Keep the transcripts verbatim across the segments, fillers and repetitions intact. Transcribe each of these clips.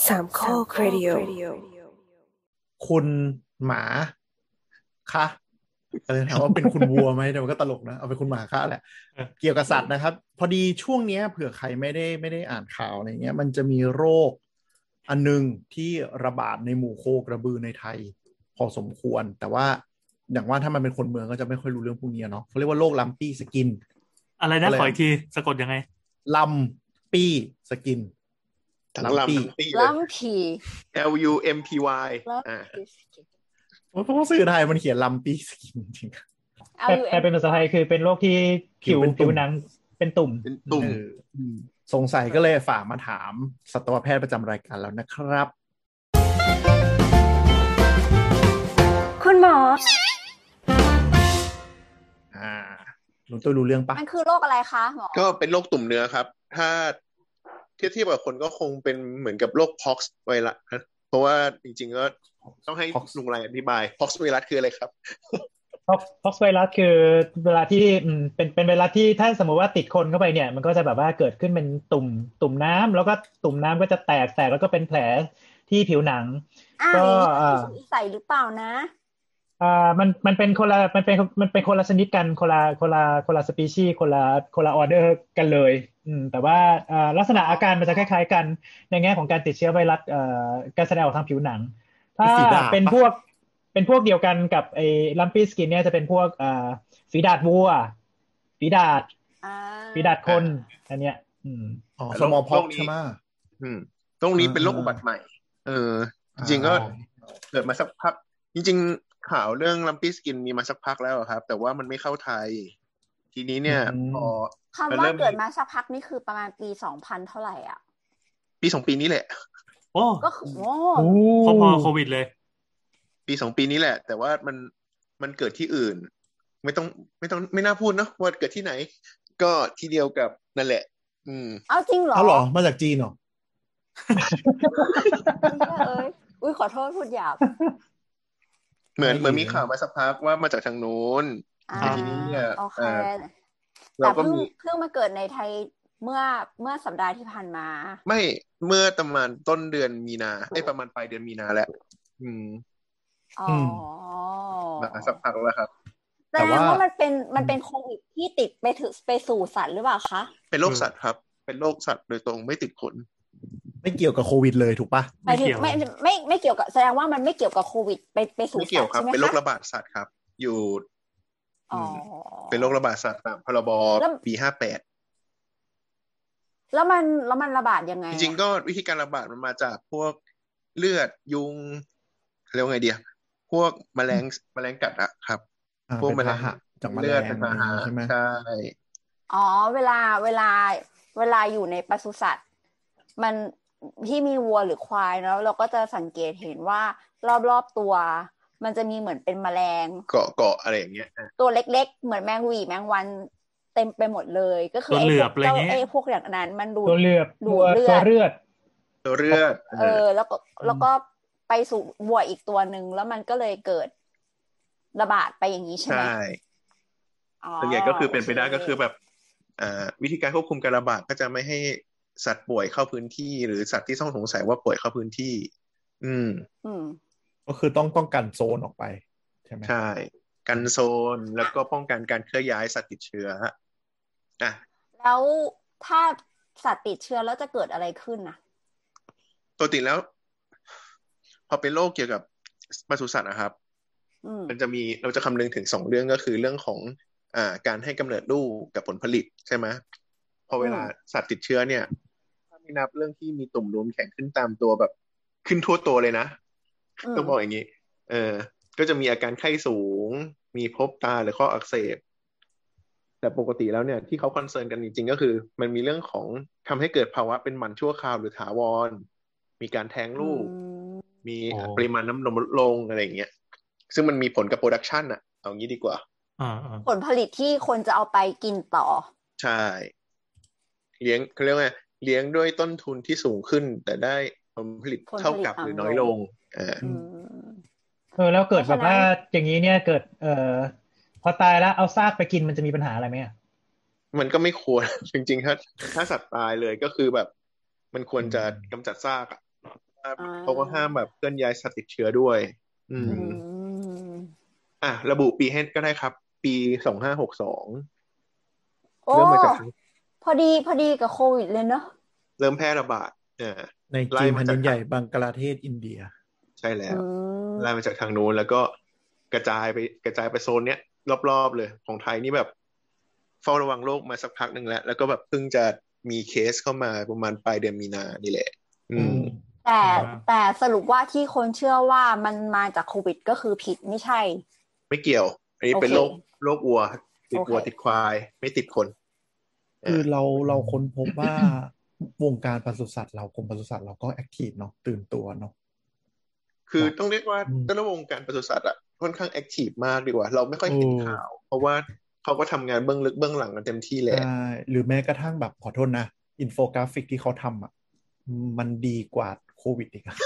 สามข้อครดิโอคุณหมาคะเออถามว่าเป็นคุณวัวไหมแต่มันก็ตลกนะเอาเป็นคุณหมาคะแหละเกี่ยวกับสัตว์นะครับพอดีช่วงนี้เผื่อใครไม่ได้ไม่ได้อ่านข่าวอะไรเงี้ยมันจะมีโรคอันนึงที่ระบาดในหมู่โคกระบือในไทยพอสมควรแต่ว่าอย่างว่าถ้ามันเป็นคนเมืองก็จะไม่ค่อยรู้เรื่องพวกนี้เนาะเขาเรียกว่าโรคลัมปี้สกินอะไรนะขออีกทีสะกดยังไงลัมปี้สกินทั้งลัมทั้งปี้ลัมพี L U M P Y อ่าเพราะว่าสื่อไทยมันเขียนลัมปี้สกินจริงๆแต่เป็นภาษาไทยคือเป็นโรคที่ผิวผิวหนังเป็นตุ่มเป็นตุ่มสงสัยก็เลยฝากมาถามสัตวแพทย์ประจำรายการแล้วนะครับคุณหมออ่าหนูตัวรู้เรื่องปะมันคือโรคอะไรคะหมอก็เป็นโรคตุ่มเนื้อครับถ้าเทียบเทียบกับคนก็คงเป็นเหมือนกับโรค Pox ไวรัสเพราะว่าจริงๆก็ต้องให้ลุงไรอธิบาย Pox ไวรัสคืออะไรครับ Pox ไวรัสคือเวลาที่เป็นเป็นไวรัสที่ถ้าสมมติว่าติดคนเข้าไปเนี่ยมันก็จะแบบว่าเกิดขึ้นเป็นตุ่มตุ่มน้ำแล้วก็ตุ่มน้ำก็จะแตกแตกแล้วก็เป็นแผลที่ผิวหนังก็ใส่หรือเปล่านะอ่ามันมันเป็นคนละมันเป็นมันเป็นคนละชนิดกันคนละคนละคนละสปีชีส์คนละคนละออเดอร์กันเลยอืมแต่ว่าอ่าลักษณะอาการมันจะคล้ายๆกันในแง่ของการติดเชื้อไวรัสเอ่อการแสดงออกทางผิวหนังถ้าเป็นพวกเป็นพวกเดียวกันกับไอ้ลัมปี้สกินเนี่ยจะเป็นพวกอ่าฝีดาษวัวฝีดาษฝีดาษคนอันเนี้ยอืมอ๋อสมอลพ็อกซ์ใช่มั้ยอืมตรงนี้เป็นโรคอุบัติใหม่เออจริงๆก็เกิดมาสักพักจริงๆข่าวเรื่องลัมปี้สกินมีมาสักพักแล้วครับแต่ว่ามันไม่เข้าไทยทีนี้เนี่ยพอคำว่าเกิดมาสักพักนี่คือประมาณปีสองพันเท่าไหร่อ่ะปีสองปีนี้แหละโอ้ก็คือโอ้พอๆโควิดเลยปีสองปีนี้แหละแต่ว่ามันมันเกิดที่อื่นไม่ต้องไม่ต้องไม่น่าพูดเนาะว่าเกิดที่ไหนก็ที่เดียวกับนั่นแหละอืมเอาจริงเหรอเอาเหรอมาจากจีนเหรอเอ้ยอุ้ยขอโทษพูดหยาบเหมือนเหมือนมีข่าวมาสักพักว่ามาจากทางนู้นแต่ทีนี้เนี่ยโอเคแต่เพิ่งเพิ่งมาเกิดในไทยเมื่อเมื่อสัปดาห์ที่ผ่านมาไม่เมื่อประมาณต้นเดือนมีนาไอ้ประมาณปลายเดือนมีนาแล้วอืมอ๋อมาสักพักแล้วครับแต่ว่ามันเป็นมันเป็นโควิดที่ติดไปถึงไปสู่สัตว์หรือเปล่าคะเป็นโรคสัตว์ครับเป็นโรคสัตว์โดยตรงไม่ติดคนไม่เกี่ยวกับโควิดเลยถูกปะไม่เกี่ยวไม่ไม่ไม่เกี่ยวกับแสดงว่ามันไม่เกี่ยวกับโควิดไปไปสู่สัตว์ใช่ไหมคะเป็นโรคระบาดสัตว์ครับอยู่อ๋อเป็นโรคระบาดสัตว์ตามพรบปีห้าแปดแล้วมันแล้วมันระบาดยังไงจริงๆก็วิธีการระบาดมันมาจากพวกเลือดยุงเรียกว่าไงดีพวกแมลงแมลงกัดอะครับพวกแมลงจากเลือดเป็นพาหะใช่ไหมใช่อ๋อเวลาเวลาเวลาอยู่ในปศุสัตว์มันที่มีวัวหรือควายแล้วเราก็จะสังเกตเห็นว่ารอบๆตัวมันจะมีเหมือนเป็นแมลงเกาะเกาะอะไรอย่างเงี้ยตัวเล็กๆเหมือนแมงหวีแมงวันเต็มไปหมดเลยก็คือไอ้พวกเจ้าไอ้พวกอย่างนั้นมันดูดตัวเลือดดูดเลือดตัวเลือดตัวเลือดเออแล้วก็แล้วก็ไปสู่วัวอีกตัวนึงแล้วมันก็เลยเกิดระบาดไปอย่างนี้ใช่ไหมใช่ส่วนใหญ่ก็คือเป็นไปได้ก็คือแบบอ่าวิธีการควบคุมการระบาดก็จะไม่ให้สัตว์ป่วยเข้าพื้นที่หรือสัตว์ที่ต้องสงสัยว่าป่วยเข้าพื้นที่อืมอืมก็คือต้องต้องกันโซนออกไปใช่ไหมใช่กันโซนแล้วก็ป้องกันการเคลื่อนย้ายสัตว์ติดเชื้ออ่ะแล้วถ้าสัตว์ติดเชื้อแล้วจะเกิดอะไรขึ้นนะปกติแล้วพอเป็นโรคเกี่ยวกับปศุสัตว์นะครับมันจะมีเราจะคำนึงถึงสองเรื่องก็คือเรื่องของอ่าการให้กำเนิดลูกกับผลผลิตใช่ไหมพอเวลาสัตว์ติดเชื้อเนี่ยถ้าไม่นับเรื่องที่มีตุ่มนูนแข็งขึ้นตามตัวแบบขึ้นทั่วตัวเลยนะต้องบอกอย่างนี้เออก็จะมีอาการไข้สูงมีพบตาหรือข้ออักเสบแต่ปกติแล้วเนี่ยที่เขาคอนเซิร์นกันจริงๆก็คือมันมีเรื่องของทำให้เกิดภาวะเป็นหมันชั่วคราวหรือถาวรมีการแท้งลูกมีปริมาณน้ำนมลดลงอะไรอย่างเงี้ยซึ่งมันมีผลกับโปรดักชันอะเอางี้ดีกว่าผลผลิตที่คนจะเอาไปกินต่อใช่เลี้ยงเขาเรียกว่าเลี้ยงด้วยต้นทุนที่สูงขึ้นแต่ได้ผลผลิตเท่ากับหรือน้อยลงเออเออแล้วเกิดแบบว่าอย่างนี้เนี่ยเกิดเอ่อพอตายแล้วเอาซากไปกินมันจะมีปัญหาอะไรไหมอ่ะมันก็ไม่ควรจริงๆถ้าถ้าสัตว์ตายเลยก็คือแบบมันควรจะกำจัดซากอ่ะเขาก็ห้ามแบบเคลื่อนย้ายสัตว์ติดเชื้อด้วย อืมอืมอ่ะระบุปีให้ก็ได้ครับ ปีสองห้าหกสองโอ้เริ่มมาจากพอดีพอดีกับโควิดเลยเนาะเริ่มแพร่ระบาดอ่าในไล่จีนมาแผ่นจากดินใหญ่บังกลาเทศอินเดียใช่แล้วอืมไล่มาจากทางนู้นแล้วก็กระจายไปกระจายไปโซนเนี้ยรอบๆเลยของไทยนี่แบบเฝ้าระวังโรคมาสักพักหนึ่งแล้วแล้วก็แบบเพิ่งจะมีเคสเข้ามาประมาณปลายเดือนมีนานี่แหละ อืมแต่แต่สรุปว่าที่คนเชื่อว่ามันมาจากโควิดก็คือผิดไม่ใช่ไม่เกี่ยว อันนี้โอเคเป็นโรคโรควัว ติดโอเควัวติดควายไม่ติดคนคือเราเราค้นพบว่า วงการปศุสัตว์เรากรมปศุสัตว์เราก็แอคทีฟเนาะตื่นตัวเนาะคือแบบต้องเรียกว่าอืมต้นวงการปศุสัตว์อ่ะค่อนข้างแอคทีฟมากดีกว่า เราไม่ค่อยเห็นโอ้ข่าว เพราะว่าเขาก็ทำงานเบื้องลึกเบื้องหลังกันเต็มที่แหละใช่หรือแม้กระทั่งแบบขอโทษนะ อินโฟกราฟิกที่เขาทำอ่ะมันดีกว่าโควิดอีกอะ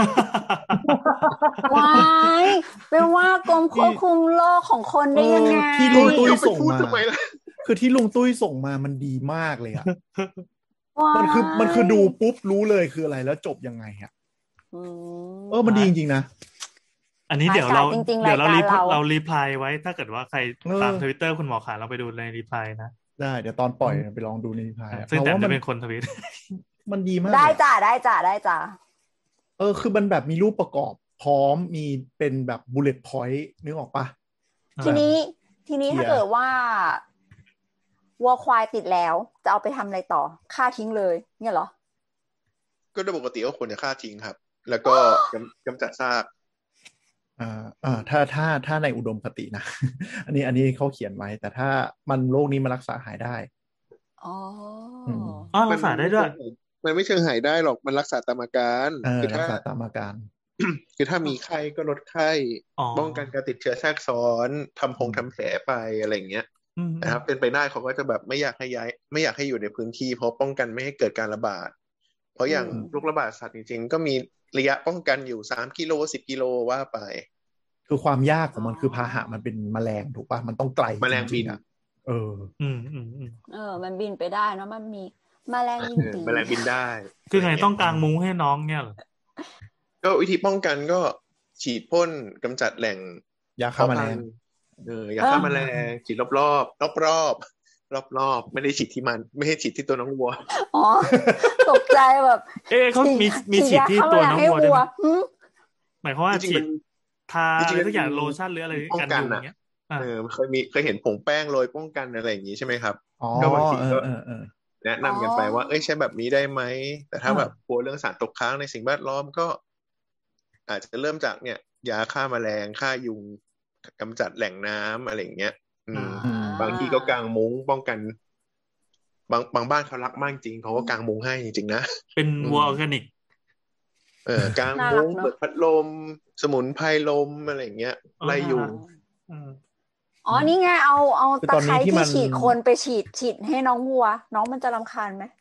วายเป็นว่ากรมควบคุมโรคของคนได้ยังไงเออที่ลุงตุ้ยก็ไปส่งพูดมาทำไมล่ะคือที่ลุงตุ้ยส่งมามันดีมากเลยอ่ะว้ายมันคือมันคือดูปุ๊บรู้เลยคืออะไรแล้วจบยังไงอ่ะอืมเออมันดีจริงๆนะอันนี้เดี๋ยวเราจริงๆเดี๋ยวเรารายรีการเราเรารีพลายไว้ถ้าเกิดว่าใครเออตามทวิตเตอร์คุณหมอขาเราไปดูในรีพลายนะได้เดี๋ยวตอนปล่อยไปลองดูในพายอะซึ่งเราแต่ว่าจะมันเป็นคนทวิตมันดีมากได้เลยอะจ้ะได้จ้ะได้จ้ะเออคือมันแบบมีรูปประกอบพร้อมมีเป็นแบบบุลเลต์พอยต์นึกออกปะทีนี้ทีนี้เคลียร์ถ้าเกิดว่าวัวควายติดแล้ว จะเอาไปทำอะไรต่อฆ่าทิ้งเลยเนี่ยเหรอก็โดยปกติก็ควรจะฆ่าทิ้งครับ แล้วก็กำกำจัดซากอ่าอ่าถ้าถ้าถ้าในอุดมคตินะ อันนี้อันนี้เขาเขียนไว้ แต่ถ้ามันโรคนี้มันรักษาหายได้อ๋ออืมอ๋อรักษาได้ด้วยมันไม่เชิงหายได้หรอกมันรักษาตามอาการเออคือรักถ้าษาตามอาการคือถ้ามีไข้ก็ลดไข้อ๋อป้องกันการติดเชื้อแทรกซ้อนทำพงอืมทำแผลไปอะไรอย่างเงี้ยอืมนะครับ เป็นไปได้เขาก็จะแบบไม่อยากให้ย้ายไม่อยากให้อยู่ในพื้นที่เพราะป้องกันไม่ให้เกิดการระบาด เพราะอย่างอืมโรคระบาดสัตว์จริงๆ ก็มีระยะป้องกันอยู่สามกิโลสิบกิโลว่าไปคือความยากของมันคือพาหะมันเป็นแมลงถูกปะมันต้องไกลแมลงบินจริๆอะเอออืมอืมอืมเออ มันบินไปได้เนอะมันมีแมลงบินเออปีแมลงบินได้คือไงะรเยต้องกางมุ้งให้น้องเนี่ยเหรอก็วิธีป้องกันก็ฉีดพ่นกำจัดแหล่งยาฆ่าแมลงเออยาฆ่าแมลงฉีดรอบรอบรอบรอบรอบรอบๆไม่ได้ฉีดที่มัน ไม่ให้ฉีดที่ตัวน้องวัวอ๋อ ตกใจแบบเอ๊ะเขามีมีฉีดที่ตัวน้องวัวด้วยไหมหึหมายความว่าจริงๆฉีมัดนทาจอะริงๆไรสักอย่างมันมีโลชั่นหรืออะไรป้องกันกันยุงออะย่างเงี้ยอ่ะเออเคยมีเคยเห็นผงแป้งโรยป้องกันอะไรอย่างนี้ใช่ไหมครับอ๋อก็บางทีเอก็อเออเออแนะนำกันไปว่าเอ้ยใช้แบบนี้ได้ไหมแต่ถ้าแบบกลัวเรื่องสารตกค้างในสิ่งแวดล้อมก็ อาจจะเริ่มจากเนี่ย ยาฆ่าแมลงฆ่ายุงกำจัดแหล่งน้ำอะไรอย่างเงี้ย อืมอืมบางทีก็กางมุ้งป้องกัน บางบางบ้านเขารักมากจริงเขาก็กางมุ้งให้จริงๆนะเป็นวัวออร์แกนิกเออกางน่ารัมุ้กงเนอะเปิดพัดลม สมุนไพรลมอะไรอย่างเงี้ยอ๋อไล่ยุงอืมอ๋อ นี่ไงเอาเอาคือตะตอนไคนี้ร้ที่ที่มันฉีดคนไปฉีดฉีดให้น้องวัว น้องมันจะรำคาญไหม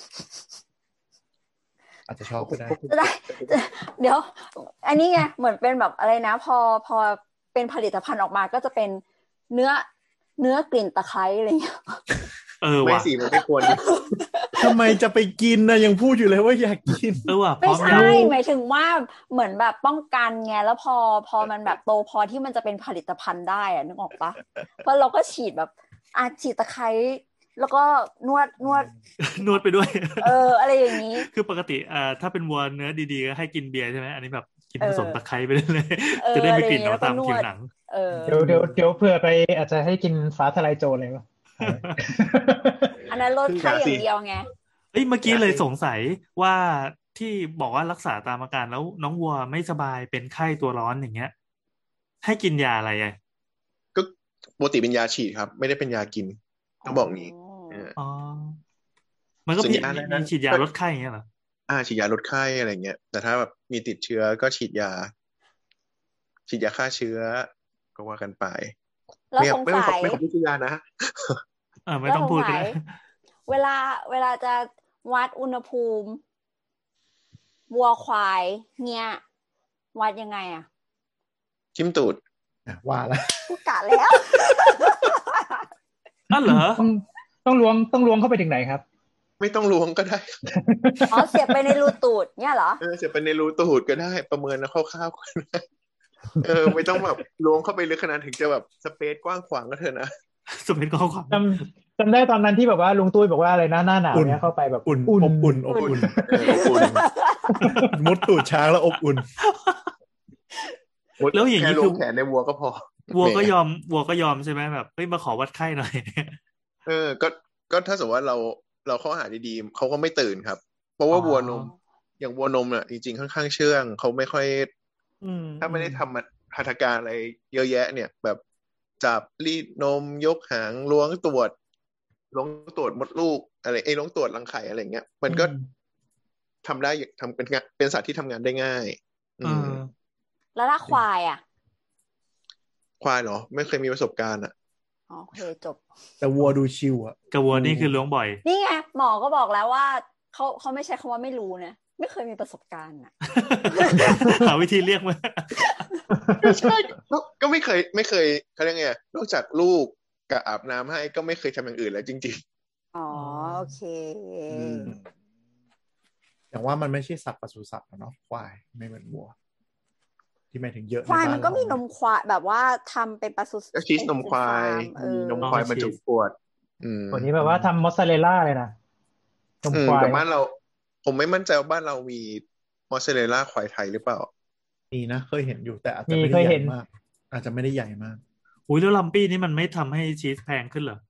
อาจจะชอบก็ได้จะได้จะเดี๋ยว อันนี้ไงเหมือนเป็นแบบอะไรนะ พอพอเป็นผลิตภัณฑ์ออกมาก็จะเป็นเนื้อเนื้อกลิ่นตะไคร้อะไรอย่างเงี้ยเออไม่ว่ะสิมันไม่ควรทำไมจะไปกินนะยังพูดอยู่เลยว่าอยากกินเออว่ะพไม่ร้อมใช่ยังหมายถึงว่าเหมือนแบบป้องกันไงแล้วพอพอมันแบบโตพอที่มันจะเป็นผลิตภัณฑ์ได้อะนึกออกปะเพราะเราก็ฉีดแบบอาฉีดตะไคร้แล้วก็นวดนวดนวดไปด้วยเออ อะไรอย่างนี้คือปกติอ่าถ้าเป็นวัวเนื้อดีๆก็ให้กินเบียร์ใช่ไหมอันนี้แบบกินเออผสมตะไคร้ไปเลยเออจะได้ไม่กลิ่นอะไรอย่างเงี้ยเอาตามแล้วก็นผิววดหนังเออเดี๋ยวเดี๋ยวเดี๋ยวเผื่อไปอาจจะให้กินฟ้าทลายโจรเลยวะอันนั้นลดไข้อย่างเดียวไงเอ้ยเมื่อกี้เลยสงสัยว่าที่บอกว่ารักษาตามอาการแล้วน้องวัวไม่สบายเป็นไข้ตัวร้อนอย่างเงี้ย ให้กินยาอะไรอ่ะก็ปกติเป็นยาฉีดครับ ไม่ได้เป็นยากินต้องบอกงี้เอออ๋อ มันก็ส่วนมียาอะไรมีนะฉีดยาลดไข้อย่างเงี้ยเหรออ่าฉีดยาลดไข้อะไรเงี้ยแต่ถ้าแบบมีติดเชื้อก็ฉีดยา ฉีดยาฆ่าเชื้อ ก็ว่ากันไปแล้วไม่สงไม่สัยไม่ขอพูดชื่อยานะอ่าไม่แล้วต้องสงพูดก็สัได้ยเวลาเวลาจะวัดอุณหภูมิวัวควายเนี่ยวัดยังไงอะจิ้มตูดอ่ะว่าแล้วกูกะแล้วอ้าวเหรอต้องต้องล้วงต้องล้วงเข้าไปถึงไหนครับไม่ต้องล้วงก็ได้อ๋อเสียบไปในรูตูดเนี่ยเหรอเออเสียบไปในรูตูดก็ได้ประเมินคร่าวๆก็ได้เออไม่ต้องแบบล้วงเข้าไปลึกขนาดถึงจะแบบสเปซกว้างขวางก็เถอะนะสเปซกว้างขวางจำจำได้ตอนนั้นที่แบบว่าลุงตุ้ยบอกว่าอะไรนะหน้าหนาวเนี่ยเข้าไปแบบอุ่นอบอุ่นอบอุ่นเอออบอุ่นมุดตูดช้างแล้วอบอุ่นแล้วอย่างนี้คือแขนในวัวก็พอวัวก็ยอมวัวก็ยอมใช่ไหมแบบเฮ้ยมาขอวัดไข้หน่อยเออก็ก็ถ้าสมมติว่าเราเราเข้าหาดีๆเขาก็ไม่ตื่นครับเพราะว่าวัวนมอย่างวัวนมอ่ะจริงๆค่อนข้างเชื่องเขาไม่ค่อยถ้าไม่ได้ทำหัตถการอะไรเยอะแยะเนี่ยแบบจับรีดนมยกหางล้วงตรวจล้วงตรวจมดลูกอะไรไอ้ล้วงตรวจรังไข่อะไรเงี้ยมันก็ทำได้ทำเป็นเป็นสัตว์ที่ทำงานได้ง่ายอืมแล้วถ้าควายอ่ะควายเหรอไม่เคยมีประสบการณ์อ่ะโอเคจบแต่วัวดูชิวอ่ะกับวัวนี่คือล้วงบ่อยนี่ไงหมอก็บอกแล้วว่าเขาเขาไม่ใช่คำว่าไม่รู้นะไม่เคยมีประสบการณ์อ่ะหาวิธีเรียกมาใช่ก็ไม่เคยไม่เคยเขาเรียกไงนอกจากลูกกับอาบน้ำให้ก็ไม่เคยทำอย่างอื่นแล้วจริงๆอ๋อโอเคอย่างว่ามันไม่ใช่สัตว์ปศุสัตว์เนาะควายไม่เหมือนวัวที่หมายถึงเยอะควายมันก็มีนมควายแบบว่าทำเป็นปศุสัตว์ก็ชีสนมควายนมควายบรรจุขวดวันนี้แบบว่าทำมอสซาเรลล่าเลยนะนมควายแต่บ้านเราผมไม่มั่นใจว่าบ้านเรามีมอสซาเรลล่าควายไทยหรือเปล่ามีนะเคยเห็นอยู่แต่อาจจะไม่ได้ใหญ่มากอาจจะไม่ได้ใหญ่มากอุ้ยแล้วลัมปี้นี่มันไม่ทำให้ชีสแพงขึ้นเหรอ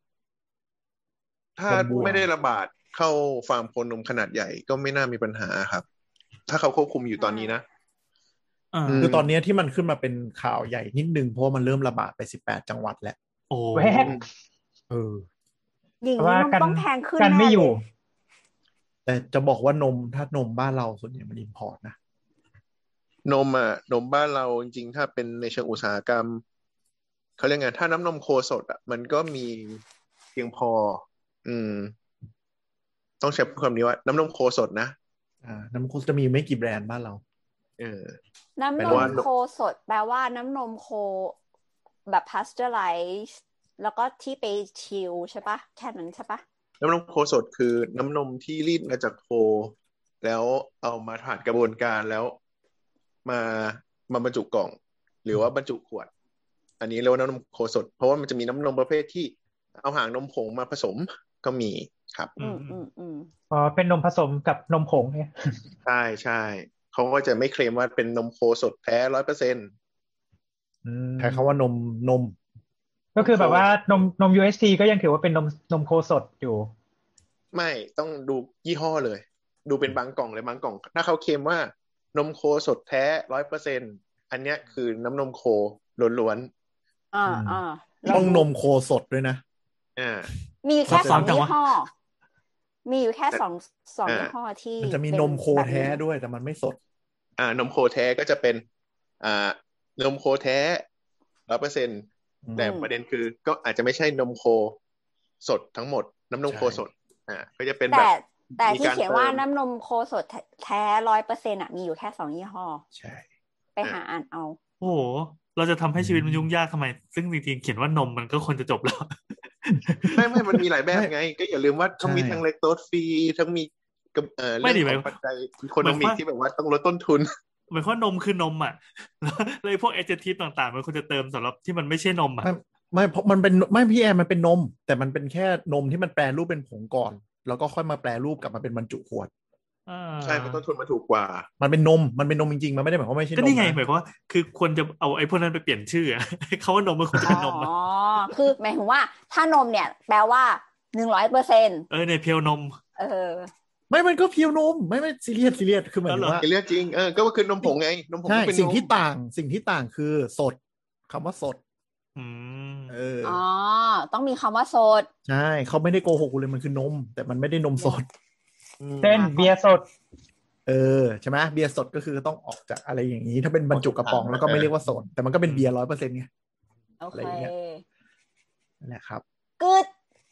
ถ้าไม่ได้ระบาดเข้าฟาร์มโคนมขนาดใหญ่ก็ไม่น่ามีปัญหาครับถ้าเขาควบคุมอยู่ตอนนี้นะคือตอนนี้ที่มันขึ้นมาเป็นข่าวใหญ่นิดนึงเพราะมันเริ่มระบาดไปสิบแปดจังหวัดแล้วโอ้แวกเอออย่างนี้นมต้องแพงขึ้นกันไม่อยู่แต่จะบอกว่านมถ้านมบ้านเราส่วนใหญ่มันอิมพอร์ตนะนมอ่ะนมบ้านเราจริงๆถ้าเป็นในเชิงอุตสาหกรรมเขาเรียกไงถ้าน้ำนมโคสดอ่ะมันก็มีเพียงพออืมต้องใช้คำนี้ว่าน้ำนมโคสดนะอ่าน้ำโคจะมีไม่กี่แบรนด์บ้านเราเออน้ำนมโคสดแปลว่าน้ำนมโคแบบพาสเจอร์ไลซ์แล้วก็ที่ไปชิลใช่ปะแค่นั้นใช่ปะน้ำนมโคสดคือน้ำนมที่รีดมาจากโคแล้วเอามาผ่านกระบวนการแล้วมามาบรรจุกล่องหรือว่าบรรจุขวดอันนี้เรียกว่าน้ำนมโคสดเพราะว่ามันจะมีน้ำนมประเภทที่เอาหางนมผงมาผสมก็มีครับอืมอืมอืมอ๋อเป็นนมผสมกับนมผงเนี่ยใช่ใช่เขาก็จะไม่เคลมว่าเป็นนมโคสดแท้ร้อยเปอร์เซ็นต์ใช้คำว่านมนมก็คือแบบว่านมนม ยู เอช ที ก็ยังถือว่าเป็นนมนมโคสดอยู่ไม่ต้องดูยี่ห้อเลยดูเป็นบางกล่องเลยบางกล่องถ้าเขาเคลมว่านมโคสดแท้ร้อยเปอร์เซ็นต์อันเนี้ยคือน้ำนมโคล้วนๆอ่าอ่าต้องนมโคสดด้วยนะอ่ามีแค่สองยี่ห้อมีอยู่แค่สองสองยี่ห้อที่มันจะมีนมโคแท้ด้วยแต่มันไม่สดอ่านมโคแท้ก็จะเป็นอ่านมโคแท้ร้อยเปอร์เซ็นต์แต่ประเด็นคือก็อาจจะไม่ใช่นมโคสดทั้งหมดน้ำนมโคสดอ่าก็จะเป็นแบบแต่ที่เขียนว่าน้ำนมโคสดแท้ร้อยเปอร์เซ็นต์อ่ะมีอยู่แค่สองยี่ห้อใช่ไปหาอ่านเอาโอ้โหเราจะทำให้ชีวิตมันยุ่งยากทำไมซึ่งจริงๆเขียนว่านมมันก็ควรจะจบแล้วไม่ไม่มันมีหลายแบบไงก็อย่าลืมว่าต้องมีทั้งเลคโตสฟรีทั้งมีเอ่อเรื่องของปัจจัยอีโคโนมิกที่แบบว่าต้องลดต้นทุนหมายความว่านมคือนมอ่ะเลยพวกเอเจทีฟต่างๆมันควรจะเติมสำหรับที่มันไม่ใช่นมอ่ะไม่เพราะมันเป็นไม่พี่แอร์มันเป็นนมแต่มันเป็นแค่นมที่มันแปรรูปเป็นผงก่อนแล้วก็ค่อยมาแปรรูปกลับมาเป็นบรรจุขวดใช่เพราะต้นทุนมันถูกกว่ามันเป็นนมมันเป็นนมจริงๆมันไม่ได้หมายความว่าไม่ใช่นมก็นี่ไงหมายความว่าคือควรจะเอาไอ้พวกนั้นไปเปลี่ยนชื่อเขาว่านมมันควรจะเป็นนมอ๋อคือหมายถึงว่าถ้านมเนี่ยแปลว่าหนึ่งร้อยเปอร์เซ็นต์เออในเพียวนมเออไม่มันก็เพียวนมไม่ไม่ซีเรียสซีเรียสคือหมายถึงว่าซีเรียสจริงเออก็คือนมผงไงนมผงใช่สิ่งที่ต่างสิ่งที่ต่างคือสดคำว่าสดอืมเอออ๋อต้องมีคำว่าสดใช่เขาไม่ได้โกหกกูเลยมันคือนมแต่มันไม่ได้นมสดเช่นเบียร์สดเออใช่ไหมเบียร์สดก็คือต้องออกจากอะไรอย่างนี้ถ้าเป็นบรรจุกระป๋องแล้วก็ไม่เรียกว่าสดแต่มันก็เป็นเบียร์ร้อยเปอร์เซ็นต์ไงอะไรอย่างเงี้ยนั่นแหละครับกึด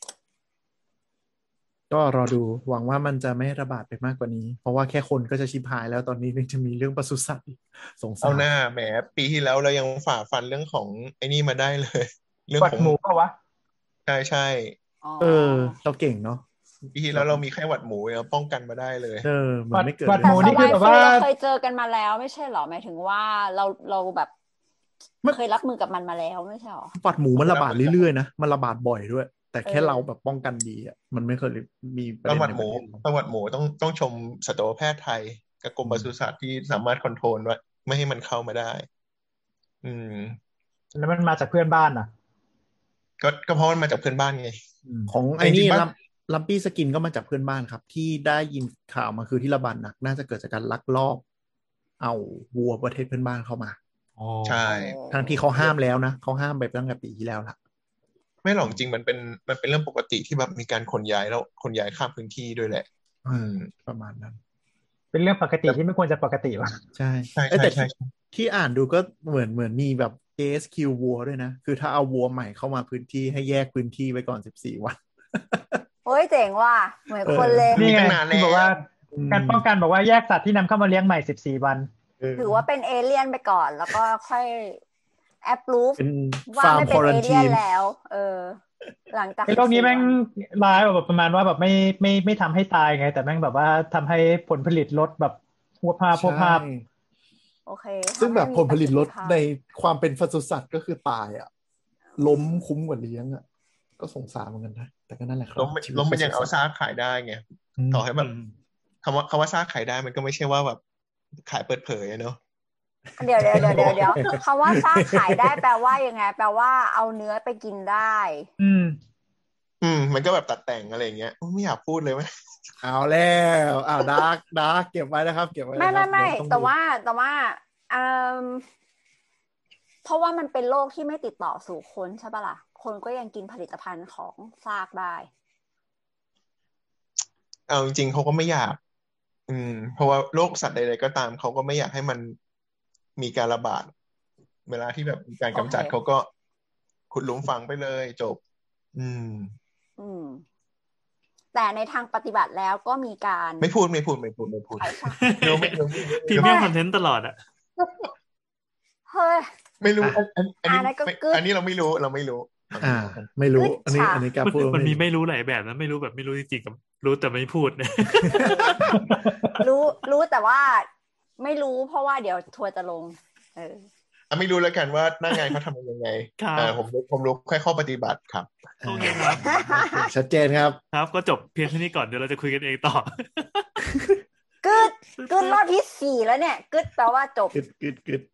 ก็รอดูหวังว่ามันจะไม่ระบาดไปมากกว่านี้เพราะว่าแค่คนก็จะชิบหายแล้วตอนนี้จะมีเรื่องปศุสัตว์สงสารเอาหน้าแหมปีที่แล้วเรายังฝ่าฟันเรื่องของไอ้นี่มาได้เลยเรื่องของหมูป่ะวะใช่ใช่เออเราเก่งเนาะปีที่แล้วเรามีไข้หวัดหมูเราป้องกันมาได้เลยเออมันไม่เกิดหวัดแต่หมูสนี่คืวาอย แบบฟลูว่าเราเคยเจอกันมาแล้วไม่ใช่หรอหมายถึงว่าเราเราแบบเคยรับมือกับมันมาแล้วไม่ใช่หรอหวัดหมูมันระบาดเรื่อยๆนะมันระบาดบ่อยด้วยแต่แค่เราแบบป้องกันดีอ่ะมันไม่เคยมีประไข้เด็นหวัดในหปมูระเทศไข้หวัดหมูต้องต้องชมสัตวแพทย์ไทยกับกรมปศุสัตว์ที่สามารถคอนโทรลว่าไม่ให้มันเข้ามาได้ อืมแล้วมันมาจากเพื่อนบ้านอ่ะก็ก็เพราะมันมาจากเพื่อนบ้านไงของไอ้นี่ลัมลัมปี้สกินก็มาจากเพื่อนบ้านครับที่ได้ยินข่าวมาคือที่ระบาดหนักน่าจะเกิดจากการลักลอบเอาวัวประเทศเพื่อนบ้านเข้ามาใช่ทั้งที่เขาห้ามแล้วนะเขาห้ามไปตั้งแต่ปีที่แล้วละไม่หรอกจริงมันเป็นมันเป็นเรื่องปกติที่แบบมีการขนย้ายแล้วขนย้ายข้ามพื้นที่ด้วยแหละ อืมประมาณนั้นเป็นเรื่องปกติที่ไม่ควรจะปกติวะใช่ใช่เอ้ยใช่แต่ใช่ที่ที่อ่านดูก็เหมือนเหมือนมีแบบ เอ เอส คิว วัวด้วยนะคือถ้าเอาวัวใหม่เข้ามาพื้นที่ให้แยกพื้นที่ไว้ก่อนสิบสี่วันโอ้ยเจ๋งว่ะเหมือนคนเลยนี่ไงตั้งนานแล้วที่บอกว่าการป้องกันบอกว่าแยกสัตว์ที่นำเข้ามาเลี้ยงใหม่สิบสี่วันถือว่าเป็นเอเลี่ยนไปก่อนแล้วก็ค่อยแอปรูฟเป็นว่าฟาร์มไม่คเป็อน รัเอน เลี่ทียนนแล้ว เออ หลังจากไอ้โรคนี้แม่งสิบสี่วันร้ายแบบประมาณว่าแบบไม่ไม่ไม่ทำให้ตายไง แต่แม่งแบบว่าทำให้ผลผลิตลดแบบพวกภาพพวกภาพใช่โอเคซึ่งแบบผลผลิตลดทำให้มีในประสิทธิภาพความเป็นปศุสัตว์ก็คือตายอ่ะล้มคุ้มกว่าเลี้ยงอ่ะก็สงสารเหมือนกันนะแต่ก็นั่นแหละครับล้มมันชีวิตล้มมันยังเอาปศุซาสัตว์กขายได้ไงอืมต่อให้แบบคำว่าคำว่าซากขายได้มันก็ไม่ใช่ว่าแบบขายเปิดเผยอะเนอะเดี๋ยวเดี๋ยวเดี๋ยวเดี๋ยวเดี๋ยวคำว่าซากขายได้แปลว่ายังไง แปลว่าเอาเนื้อไปกินได้อืมอืมมันก็แบบตัดแต่งอะไรอย่างเงี้ยไม่อยากพูดเลยไหมเอาแล้วอ้าวดาร์กดาร์กเก็บไว้นะครับเก็บไว้ไม่นะคไม่รับไม่เดี๋ยวองแต่ดูว่าแต่ว่าอืมเพราะว่ามันเป็นโรคที่ไม่ติดต่อสู่คนใช่ปะล่ะคนก็ยังกินผลิตภัณฑ์ของซากได้เอาจริงๆเขาก็ไม่อยาก อืม เพราะว่าโรคสัตว์ใดๆก็ตามเขาก็ไม่อยากให้มันมีการระบาด เวลาที่แบบมีการกำจัดโอเคเขาก็ขุดหลุมฝังไปเลยจบ อืมอืม แต่ในทางปฏิบัติแล้วก็มีการไม่พูดไม่พูดไม่พูดไม่พูดขายซากไม่รู้ไม่รู้ไม่รู้พรีเมียมคอนเทนต์ตลอดอ่ะเฮ้ยไม่รู้อันอันอันนี้อ่านั่นก็ไม่กึ๊ดอันนี้เราไม่รู้เราไม่รู้อ่า ไม่รู้กึ๊ดอันนี้ฉ่าอันนี้การมันพูดมันมีรู้ไม่รู้หลายแบบนะไม่รู้แบบไม่รู้จริงๆกับรู้แต่ไม่พูดเนี่ยรู้รู้แต่ว่าไม่รู้เพราะว่าเดี๋ยวทัวร์จะลง เอออ่ะไม่รู้แล้วกันว่าหน้างานเขาทำยังไงครับอ่าผมรู้ผมรู้แค่ข้อปฏิบัติครับโอเคครับชัดเจนครับครับก็จบเพียงเท่านี้ก่อนเดี๋ยวเราจะคุยกันเองต่อกึดกึดรอบที่สี่แล้วเนี่ยกึดแปลว่าจบกึดกึดกึด